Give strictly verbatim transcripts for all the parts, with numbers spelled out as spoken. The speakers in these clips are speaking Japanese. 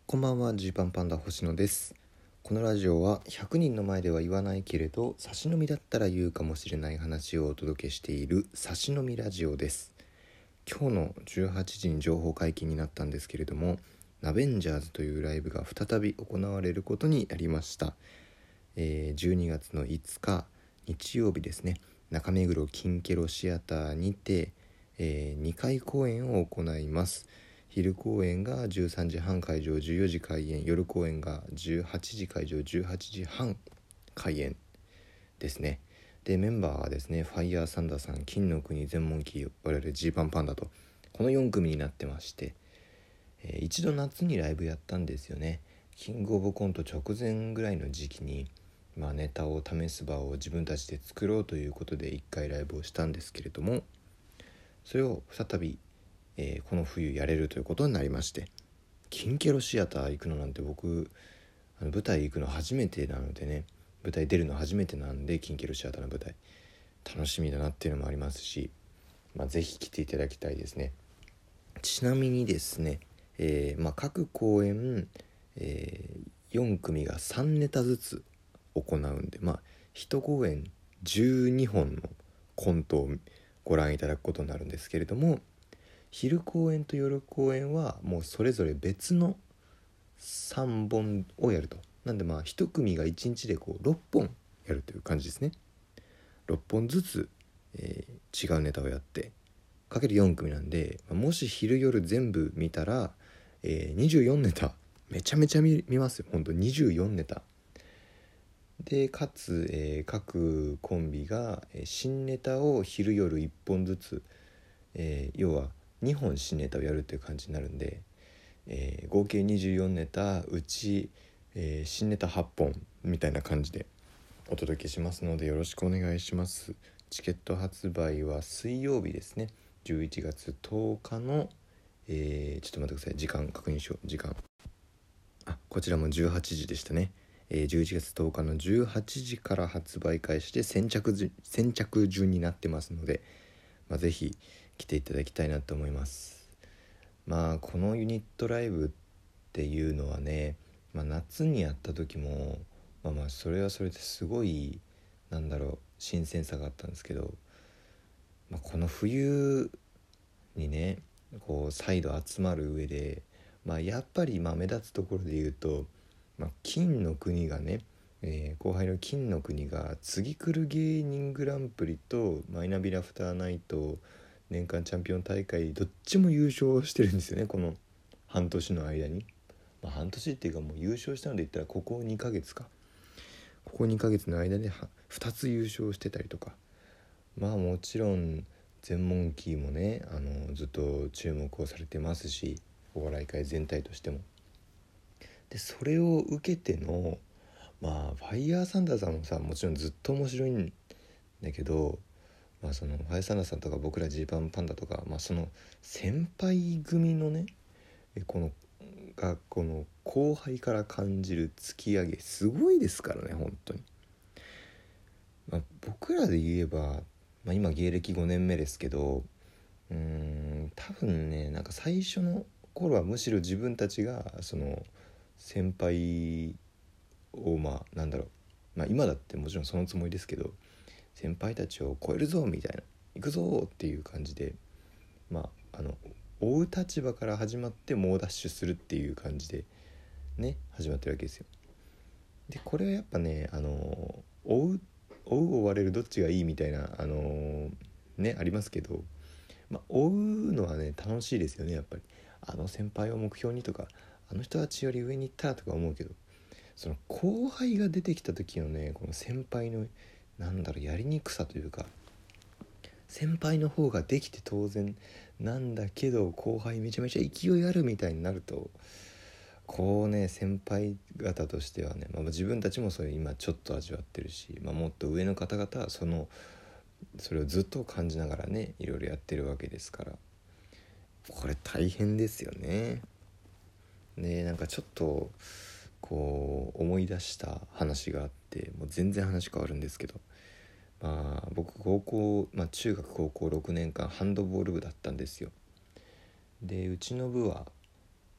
こんばんは、ジーパンパンダ星野です。このラジオはひゃくにんの前では言わないけれど差し飲みだったら言うかもしれない話をお届けしている差し飲みラジオです。今日のじゅうはちじに情報解禁になったんですけれども、ナベンジャーズというライブが再び行われることになりました。えー、じゅうにがつのいつか日曜日ですね、中目黒キンケロシアターにて、えー、にかい公演を行います。昼公演がじゅうさんじはん開場、じゅうよじ開演、夜公演がじゅうはちじ開場、じゅうはちじはん開演ですね。でメンバーはですね、ファイヤーサンダーさん、金の国、全問キー、我々ジーパンパンダと、このよん組になってまして、えー、一度夏にライブやったんですよね。キングオブコント直前ぐらいの時期に、まあ、ネタを試す場を自分たちで作ろうということでいっかいライブをしたんですけれども、それを再び、えー、この冬やれるということになりまして、キンケロシアター行くのなんて僕あの舞台行くの初めてなのでね、舞台出るの初めてなんで、キンケロシアターの舞台楽しみだなっていうのもありますし、まあ、ぜひ来ていただきたいですね。ちなみにですね、えーまあ、各公演、えー、よん組がさんネタずつ行うんで、まあ、いち公演じゅうにほんのコントをご覧いただくことになるんですけれども、昼公演と夜公演はもうそれぞれ別のさんぼんをやると。なんでまあいち組がいちにちでこうろっぽんやるという感じですね。ろっぽんずつ、えー、違うネタをやってかけるよん組なんで、もし昼夜全部見たら、えー、にじゅうよんネタ、めちゃめちゃ 見, 見ますよ。ほんとにじゅうよんネタで、かつ、えー、各コンビが、えー、新ネタを昼夜いっぽんずつ、えー、要はにほん新ネタをやるっていう感じになるんで、えー、合計にじゅうよんネタうち、えー、新ネタはっぽんみたいな感じでお届けしますので、よろしくお願いします。チケット発売は水曜日ですね、じゅういちがつとおかの、えー、ちょっと待ってください、時間確認しよう。時間あこちらもじゅうはちじでしたね。えー、じゅういちがつとおかのじゅうはちじから発売開始で先着先着順になってますので、まあ、ぜひ来ていただきたいなと思います。まあこのユニットライブっていうのはね、まあ、夏にやった時もまあまあそれはそれですごいなんだろう新鮮さがあったんですけど、まあ、この冬にねこう再度集まる上で、まあ、やっぱりまあ目立つところで言うと、まあ、金の国がね、えー、後輩の金の国が次来る芸人グランプリとマイナビラフターナイト年間チャンピオン大会どっちも優勝してるんですよね、この半年の間に。まあ、半年っていうかもう優勝したので言ったらここにかげつかここにかげつの間でふたつ優勝してたりとか、まあもちろん全問キーもねあのずっと注目をされてますし、お笑い界全体としても。でそれを受けてのまあファイヤーサンダーさんもさもちろんずっと面白いんだけど、まあそのファイヤーサンダーさんとか僕らジーパンパンダとか、まあその先輩組のねこの学校の後輩から感じる突き上げすごいですからね本当に。まあ、僕らで言えば、まあ、今芸歴ごねんめですけど、うーん多分ねなんか最初の頃はむしろ自分たちがその先輩をまあなんだろう、まあ今だってもちろんそのつもりですけど、先輩たちを超えるぞみたいな、行くぞっていう感じで、まああの追う立場から始まって猛ダッシュするっていう感じでね始まってるわけですよ。でこれはやっぱねあの追う追う追われるどっちがいいみたいなあのねありますけど、まあ、追うのはね楽しいですよねやっぱり。あの先輩を目標にとか、あの人たちより上に行ったとか思うけど、その後輩が出てきた時のねこの先輩のなんだろうやりにくさというか、先輩の方ができて当然なんだけど後輩めちゃめちゃ勢いあるみたいになると、こうね先輩方としてはね、まあ、自分たちもそれ今ちょっと味わってるし、まあ、もっと上の方々はそのそれをずっと感じながらねいろいろやってるわけですから、これ大変ですよね。でなんかちょっとこう思い出した話があって、もう全然話変わるんですけど、まあ僕高校、まあ、中学高校ろくねんかんハンドボール部だったんですよ。でうちの部は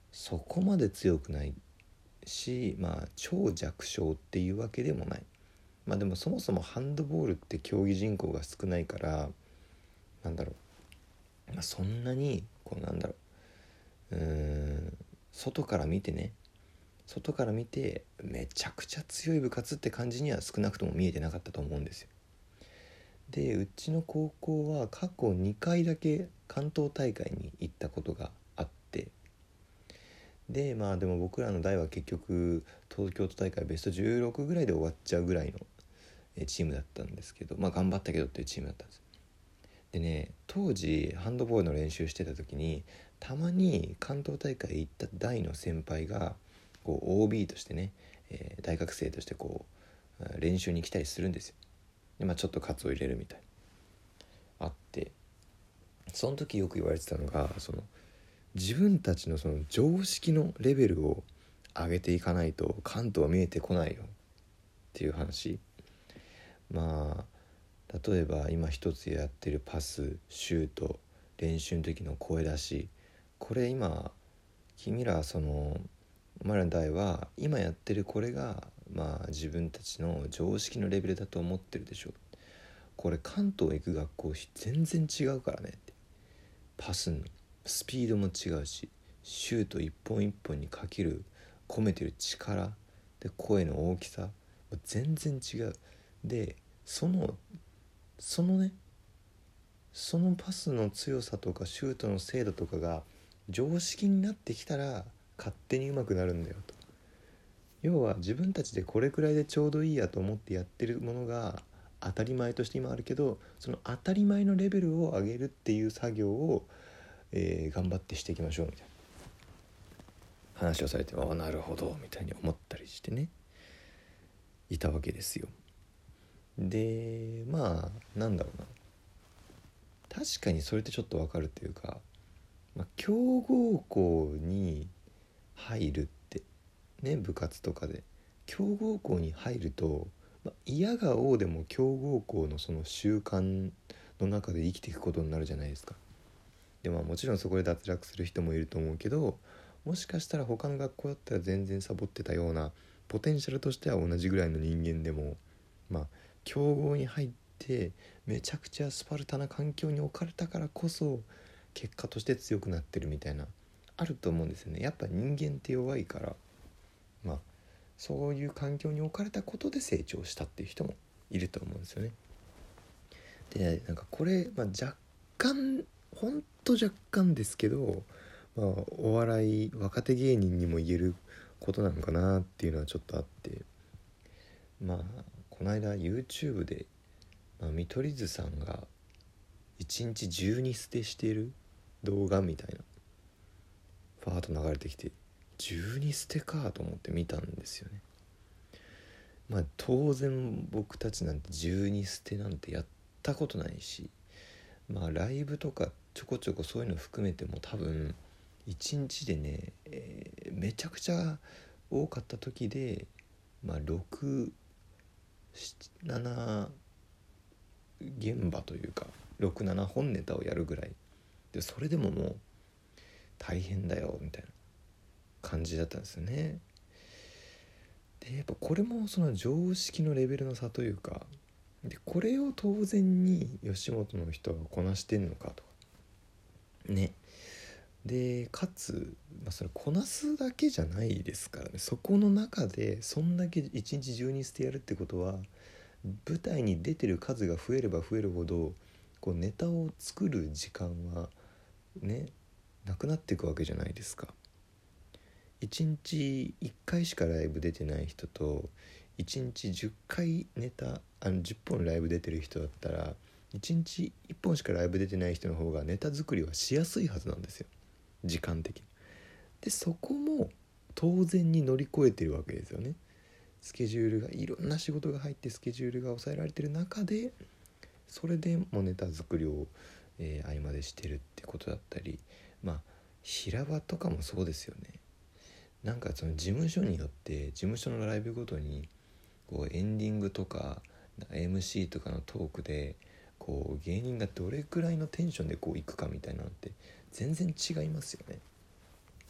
そこまで強くないし、まあ超弱小っていうわけでもない。まあでもそもそもハンドボールって競技人口が少ないから、なんだろう、まあ、そんなにこうなんだろう、うーん外から見てね外から見てめちゃくちゃ強い部活って感じには少なくとも見えてなかったと思うんですよ。でうちの高校は過去にかいだけ関東大会に行ったことがあって、でまあでも僕らの代は結局東京都大会ベストじゅうろくぐらいで終わっちゃうぐらいのチームだったんですけど、まあ頑張ったけどっていうチームだったんです。でね、当時ハンドボールの練習してた時にたまに関東大会行った代の先輩がこう オービー としてね、えー大学生としてこう練習に来たりするんですよ。で、まあ、ちょっと喝を入れるみたいなあって、その時よく言われてたのが、その自分たちのその常識のレベルを上げていかないと関東は見えてこないよっていう話。まあ例えば今一つやってるパス、シュート、練習の時の声出し、これ今君らそのお前らの代は今やってるこれがまあ自分たちの常識のレベルだと思ってるでしょ。これ関東行く学校全然違うからねって。パスのスピードも違うし、シュート一本一本にかける込めてる力で、声の大きさ全然違う。でそのそのねそのパスの強さとかシュートの精度とかが常識になってきたら勝手に上手くなるんだよと。要は自分たちでこれくらいでちょうどいいやと思ってやってるものが当たり前として今あるけど、その当たり前のレベルを上げるっていう作業を、えー頑張ってしていきましょうみたいな話をされて、ああなるほどみたいに思ったりしてね、いたわけですよ。でまあなんだろうな、確かにそれってちょっとわかるっていうか、まあ、強豪校に入るってね、部活とかで強豪校に入ると、まあ、嫌が応でも強豪校のその習慣の中で生きていくことになるじゃないですか。でまあもちろんそこで脱落する人もいると思うけど、もしかしたら他の学校だったら全然サボってたようなポテンシャルとしては同じぐらいの人間でも、まあ強豪に入ってめちゃくちゃスパルタな環境に置かれたからこそ結果として強くなってるみたいなあると思うんですよね。やっぱ人間って弱いから、まあそういう環境に置かれたことで成長したっていう人もいると思うんですよね。でなんかこれ、まあ、若干ほんと若干ですけど、まあ、お笑い若手芸人にも言えることなのかなっていうのはちょっとあって、まあこの間 YouTube で、まあ、見取り図さんがいちにちじゅうに捨てしている動画みたいなファーッと流れてきて、じゅうに捨てかと思って見たんですよね。まあ当然僕たちなんてじゅうに捨てなんてやったことないし、まあライブとかちょこちょこそういうの含めても多分いちにちでね、えーめちゃくちゃ多かった時でまあろく、なな現場というかろく、ななほんネタをやるぐらいで、それでももう大変だよみたいな感じだったんですよね。でやっぱこれもその常識のレベルの差というか、でこれを当然に吉本の人はこなしてんのかとかね。でかつ、まあ、それこなすだけじゃないですからね。そこの中でそんだけいちにちじゅうに捨てやるってことは、舞台に出てる数が増えれば増えるほどこうネタを作る時間はねなくなっていくわけじゃないですか。いちにちいっかいしかライブ出てない人といちにちじゅっかいネタあのじゅっぽんライブ出てる人だったら、いちにちいっぽんしかライブ出てない人の方がネタ作りはしやすいはずなんですよ、時間的に。でそこも当然に乗り越えてるわけですよね。スケジュールがいろんな仕事が入ってスケジュールが抑えられてる中で、それでもネタ作りを、えー合間でしてるってことだったり、まあ平場とかもそうですよね。なんかその事務所によって事務所のライブごとにこうエンディングとか エムシー とかのトークでこう芸人がどれくらいのテンションでこういくかみたいなのって全然違いますよね。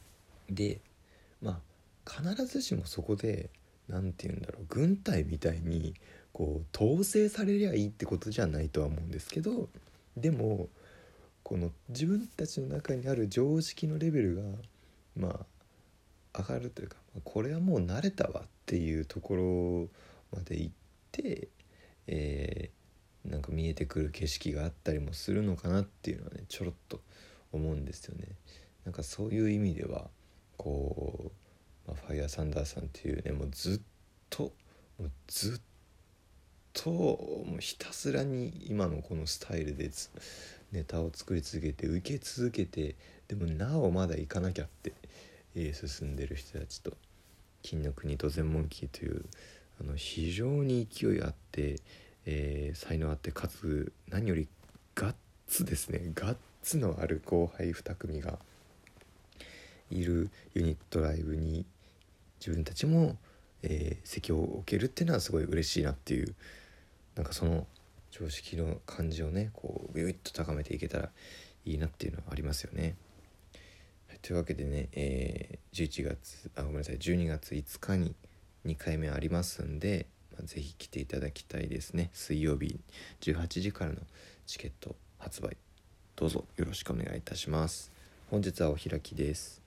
でまあ必ずしもそこでなんて言うんだろう、軍隊みたいにこう統制されりゃいいってことじゃないとは思うんですけど、でもこの自分たちの中にある常識のレベルがまあ上がるというか、これはもう慣れたわっていうところまで行って、えー、なんか見えてくる景色があったりもするのかなっていうのはねちょろっと思うんですよね。なんかそういう意味ではこう、まあ、ファイヤーサンダーさんっていうねもうずっともうずっともうひたすらに今のこのスタイルでネタを作り続けて受け続けて、でもなおまだ行かなきゃって、えー、進んでる人たちと、金の国と全モンキーというあの非常に勢いあって、えー、才能あってかつ何よりガッツですね、ガッツのある後輩に組がいるユニットライブに自分たちも、えー、席を置けるっていうのはすごい嬉しいなっていう、なんかその常識の感じをねこうビュイッと高めていけたらいいなっていうのはありますよね。はい、というわけでね、えー、じゅういちがつあごめんなさいじゅうにがついつかににかいめありますんで、まあ、ぜひ来ていただきたいですね。水曜日じゅうはちじからのチケット発売、どうぞよろしくお願いいたします。本日はお開きです。